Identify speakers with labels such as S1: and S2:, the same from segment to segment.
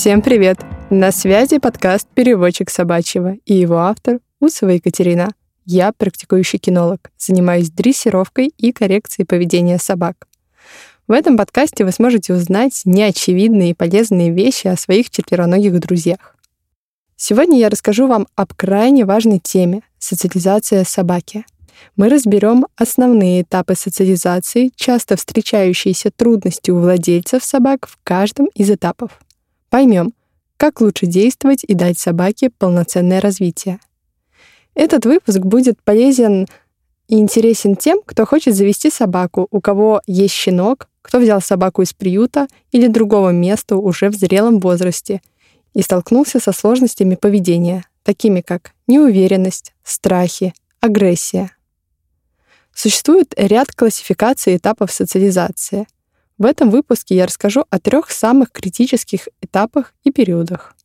S1: Всем привет! На связи подкаст «Переводчик собачьего» и его автор Усова Екатерина. Я практикующий кинолог, занимаюсь дрессировкой и коррекцией поведения собак. В этом подкасте вы сможете узнать неочевидные и полезные вещи о своих четвероногих друзьях. Сегодня я расскажу вам об крайне важной теме — социализация собаки. Мы разберем основные этапы социализации, часто встречающиеся трудности у владельцев собак в каждом из этапов. Поймем, как лучше действовать и дать собаке полноценное развитие. Этот выпуск будет полезен и интересен тем, кто хочет завести собаку, у кого есть щенок, кто взял собаку из приюта или другого места уже в зрелом возрасте и столкнулся со сложностями поведения, такими как неуверенность, страхи, агрессия. Существует ряд классификаций этапов социализации. В этом выпуске я расскажу о 3 самых критических этапах и периодах.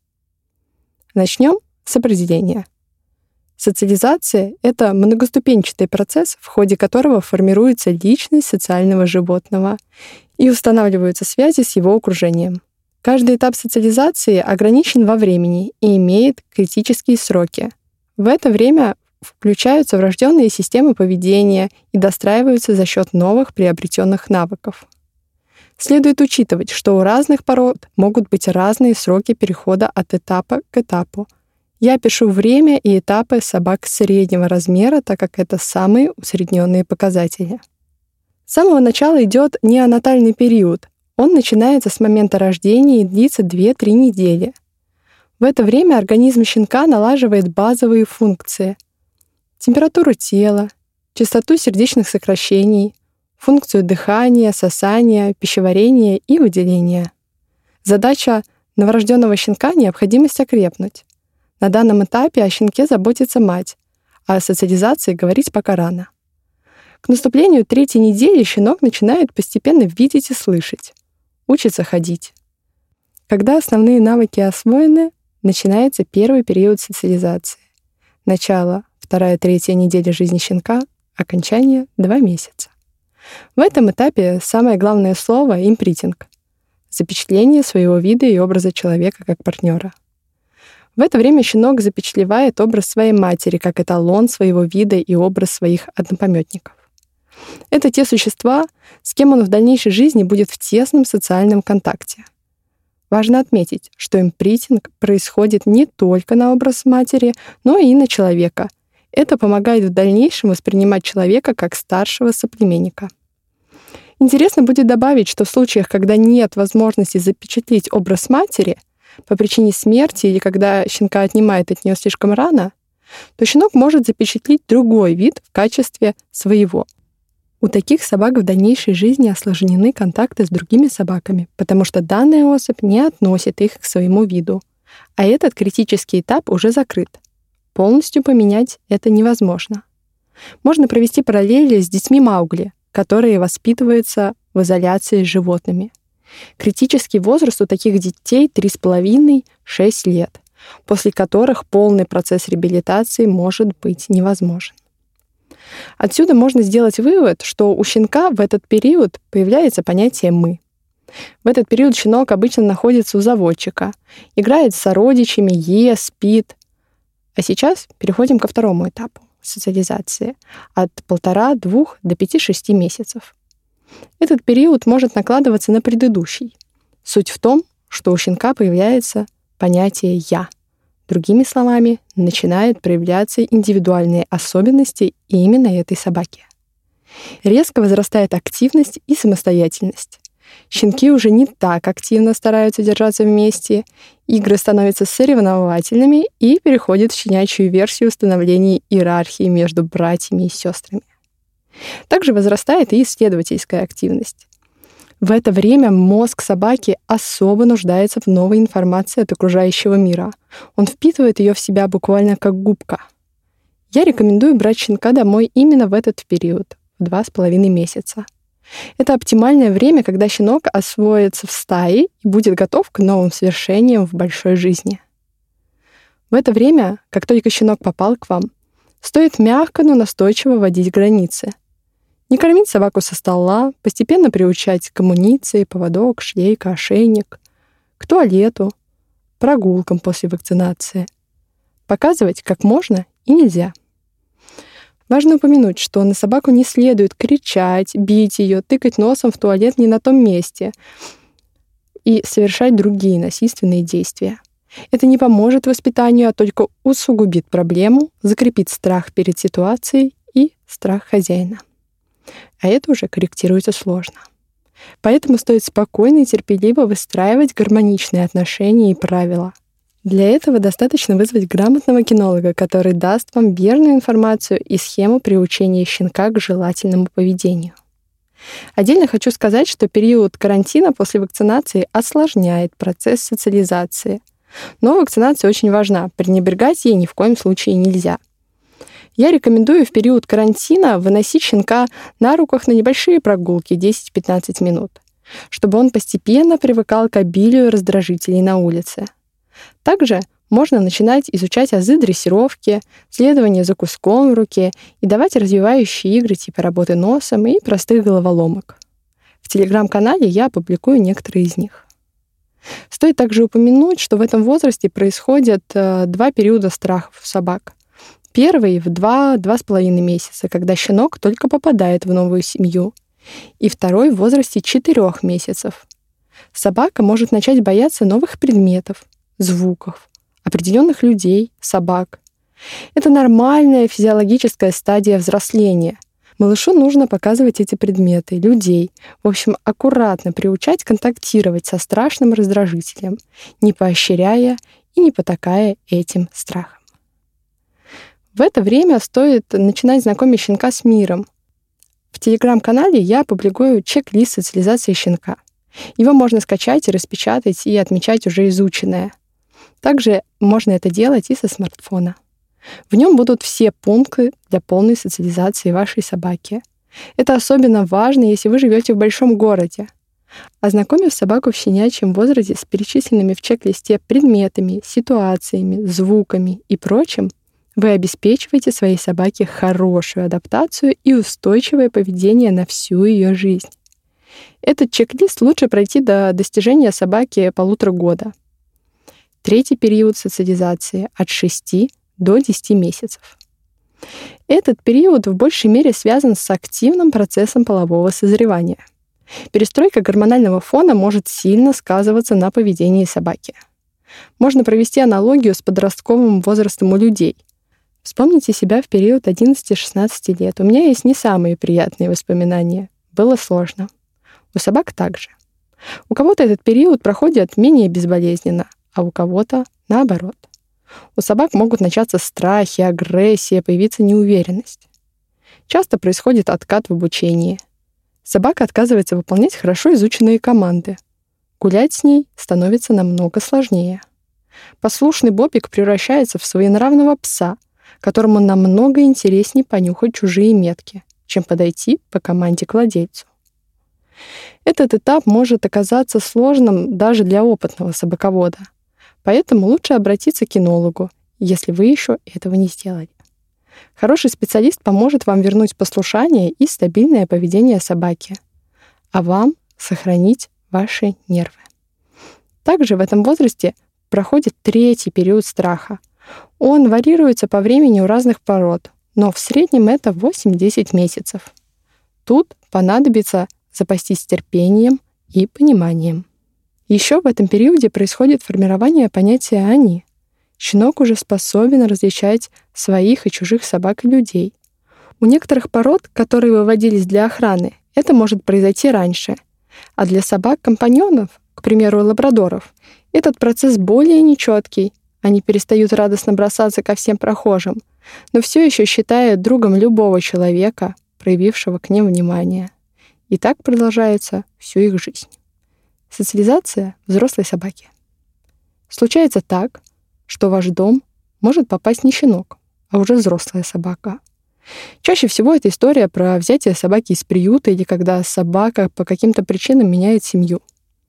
S1: Начнем с определения. Социализация — это многоступенчатый процесс, в ходе которого формируется личность социального животного и устанавливаются связи с его окружением. Каждый этап социализации ограничен во времени и имеет критические сроки. В это время включаются врожденные системы поведения и достраиваются за счет новых приобретенных навыков. Следует учитывать, что у разных пород могут быть разные сроки перехода от этапа к этапу. Я пишу время и этапы собак среднего размера, так как это самые усредненные показатели. С самого начала идет неонатальный период. Он начинается с момента рождения и длится 2-3 недели. В это время организм щенка налаживает базовые функции: температуру тела, частоту сердечных сокращений, функцию дыхания, сосания, пищеварения и выделения. Задача новорожденного щенка — необходимость окрепнуть. На данном этапе о щенке заботится мать, а о социализации говорить пока рано. К наступлению 3-й недели щенок начинает постепенно видеть и слышать, учится ходить. Когда основные навыки освоены, начинается первый период социализации. Начало — 2-3 недели жизни щенка, окончание — 2 месяца. В этом этапе самое главное слово — импринтинг — запечатление своего вида и образа человека как партнера. В это время щенок запечатлевает образ своей матери как эталон своего вида и образ своих однопомётников. Это те существа, с кем он в дальнейшей жизни будет в тесном социальном контакте. Важно отметить, что импринтинг происходит не только на образ матери, но и на человека. Это помогает в дальнейшем воспринимать человека как старшего соплеменника. Интересно будет добавить, что в случаях, когда нет возможности запечатлеть образ матери по причине смерти или когда щенка отнимает от нее слишком рано, то щенок может запечатлеть другой вид в качестве своего. У таких собак в дальнейшей жизни осложнены контакты с другими собаками, потому что данная особь не относит их к своему виду, а этот критический этап уже закрыт. Полностью поменять это невозможно. Можно провести параллели с детьми Маугли, которые воспитываются в изоляции с животными. Критический возраст у таких детей 3,5-6 лет, после которых полный процесс реабилитации может быть невозможен. Отсюда можно сделать вывод, что у щенка в этот период появляется понятие «мы». В этот период щенок обычно находится у заводчика, играет с сородичами, ест, спит. А сейчас переходим ко второму этапу социализации от 1,5-2 до 5-6 месяцев. Этот период может накладываться на предыдущий. Суть в том, что у щенка появляется понятие «я». Другими словами, начинают проявляться индивидуальные особенности именно этой собаки. Резко возрастает активность и самостоятельность. Щенки уже не так активно стараются держаться вместе, игры становятся соревновательными и переходят в щенячью версию установления иерархии между братьями и сестрами. Также возрастает и исследовательская активность. В это время мозг собаки особо нуждается в новой информации от окружающего мира. Он впитывает ее в себя буквально как губка. Я рекомендую брать щенка домой именно в этот период, в 2,5 месяца. Это оптимальное время, когда щенок освоится в стае и будет готов к новым свершениям в большой жизни. В это время, как только щенок попал к вам, стоит мягко, но настойчиво вводить границы. Не кормить собаку со стола, постепенно приучать к амуниции, поводок, шлейка, ошейник, к туалету, прогулкам после вакцинации. Показывать как можно и нельзя. Важно упомянуть, что на собаку не следует кричать, бить ее, тыкать носом в туалет не на том месте и совершать другие насильственные действия. Это не поможет воспитанию, а только усугубит проблему, закрепит страх перед ситуацией и страх хозяина. А это уже корректируется сложно. Поэтому стоит спокойно и терпеливо выстраивать гармоничные отношения и правила. Для этого достаточно вызвать грамотного кинолога, который даст вам верную информацию и схему приучения щенка к желательному поведению. Отдельно хочу сказать, что период карантина после вакцинации осложняет процесс социализации. Но вакцинация очень важна, пренебрегать ей ни в коем случае нельзя. Я рекомендую в период карантина выносить щенка на руках на небольшие прогулки 10-15 минут, чтобы он постепенно привыкал к обилию раздражителей на улице. Также можно начинать изучать азы дрессировки, следование за куском в руке и давать развивающие игры типа работы носом и простых головоломок. В телеграм-канале я опубликую некоторые из них. Стоит также упомянуть, что в этом возрасте происходят два периода страхов у собак. Первый в 2-2,5 месяца, когда щенок только попадает в новую семью, и второй в возрасте 4 месяцев. Собака может начать бояться новых предметов, звуков, определенных людей, собак. Это нормальная физиологическая стадия взросления. Малышу нужно показывать эти предметы, людей, в общем, аккуратно приучать контактировать со страшным раздражителем, не поощряя и не потакая этим страхом. В это время стоит начинать знакомить щенка с миром. В телеграм-канале я публикую чек-лист социализации щенка. Его можно скачать и распечатать и отмечать уже изученное. Также можно это делать и со смартфона. В нем будут все пункты для полной социализации вашей собаки. Это особенно важно, если вы живете в большом городе. Ознакомив собаку в щенячьем возрасте с перечисленными в чек-листе предметами, ситуациями, звуками и прочим, вы обеспечиваете своей собаке хорошую адаптацию и устойчивое поведение на всю ее жизнь. Этот чек-лист лучше пройти до достижения собаки 1,5 года. Третий период социализации от 6 до 10 месяцев. Этот период в большей мере связан с активным процессом полового созревания. Перестройка гормонального фона может сильно сказываться на поведении собаки. Можно провести аналогию с подростковым возрастом у людей. Вспомните себя в период 11-16 лет. У меня есть не самые приятные воспоминания. Было сложно. У собак также. У кого-то этот период проходит менее безболезненно, а у кого-то наоборот. У собак могут начаться страхи, агрессия, появиться неуверенность. Часто происходит откат в обучении. Собака отказывается выполнять хорошо изученные команды. Гулять с ней становится намного сложнее. Послушный Бобик превращается в своенравного пса, которому намного интереснее понюхать чужие метки, чем подойти по команде к владельцу. Этот этап может оказаться сложным даже для опытного собаковода. Поэтому лучше обратиться к кинологу, если вы еще этого не сделали. Хороший специалист поможет вам вернуть послушание и стабильное поведение собаки, а вам сохранить ваши нервы. Также в этом возрасте проходит третий период страха. Он варьируется по времени у разных пород, но в среднем это 8-10 месяцев. Тут понадобится запастись терпением и пониманием. Еще в этом периоде происходит формирование понятия «они». Щенок уже способен различать своих и чужих собак и людей. У некоторых пород, которые выводились для охраны, это может произойти раньше. А для собак-компаньонов, к примеру, лабрадоров, этот процесс более нечеткий. Они перестают радостно бросаться ко всем прохожим, но все еще считают другом любого человека, проявившего к ним внимание. И так продолжается всю их жизнь. Социализация взрослой собаки. Случается так, что в ваш дом может попасть не щенок, а уже взрослая собака. Чаще всего это история про взятие собаки из приюта или когда собака по каким-то причинам меняет семью.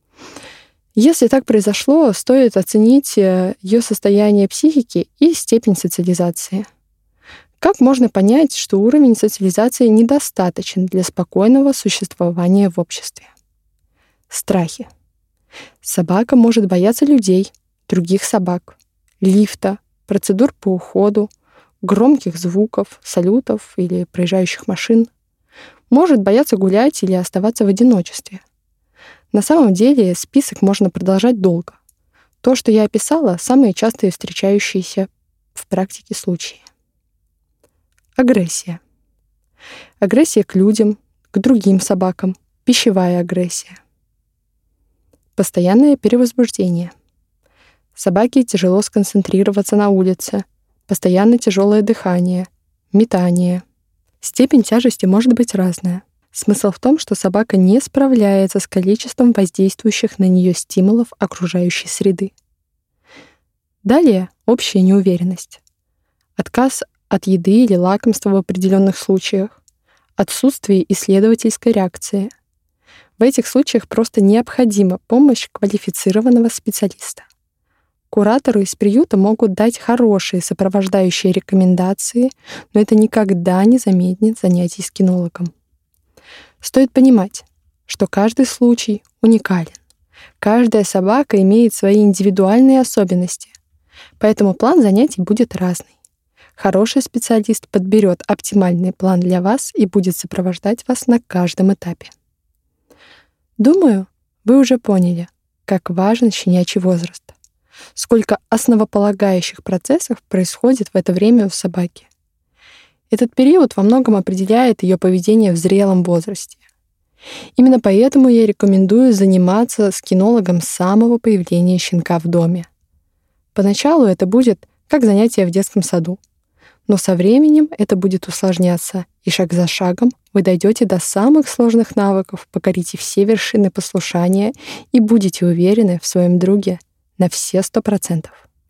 S1: Если так произошло, стоит оценить ее состояние психики и степень социализации. Как можно понять, что уровень социализации недостаточен для спокойного существования в обществе? Страхи. Собака может бояться людей, других собак, лифта, процедур по уходу, громких звуков, салютов или проезжающих машин. Может бояться гулять или оставаться в одиночестве. На самом деле список можно продолжать долго. То, что я описала, самые частые встречающиеся в практике случаи. Агрессия. Агрессия к людям, к другим собакам, пищевая агрессия. Постоянное перевозбуждение. Собаке тяжело сконцентрироваться на улице, постоянно тяжелое дыхание, метание. Степень тяжести может быть разная. Смысл в том, что собака не справляется с количеством воздействующих на нее стимулов окружающей среды. Далее общая неуверенность. Отказ от еды или лакомства в определенных случаях. Отсутствие исследовательской реакции. В этих случаях просто необходима помощь квалифицированного специалиста. Кураторы из приюта могут дать хорошие сопровождающие рекомендации, но это никогда не заменит занятий с кинологом. Стоит понимать, что каждый случай уникален. Каждая собака имеет свои индивидуальные особенности, поэтому план занятий будет разный. Хороший специалист подберет оптимальный план для вас и будет сопровождать вас на каждом этапе. Думаю, вы уже поняли, как важен щенячий возраст. Сколько основополагающих процессов происходит в это время у собаки. Этот период во многом определяет ее поведение в зрелом возрасте. Именно поэтому я рекомендую заниматься с кинологом с самого появления щенка в доме. Поначалу это будет как занятие в детском саду, но со временем это будет усложняться, и шаг за шагом вы дойдете до самых сложных навыков, покорите все вершины послушания и будете уверены в своем друге на все 100%.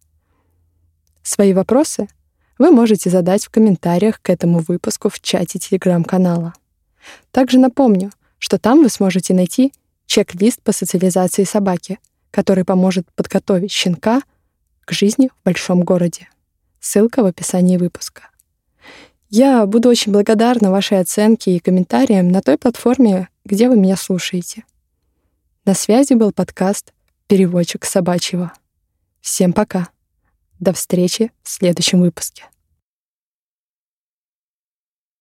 S1: Свои вопросы вы можете задать в комментариях к этому выпуску в чате Телеграм-канала. Также напомню, что там вы сможете найти чек-лист по социализации собаки, который поможет подготовить щенка к жизни в большом городе. Ссылка в описании выпуска. Я буду очень благодарна вашей оценке и комментариям на той платформе, где вы меня слушаете. На связи был подкаст «Переводчик собачьего». Всем пока. До встречи в следующем выпуске.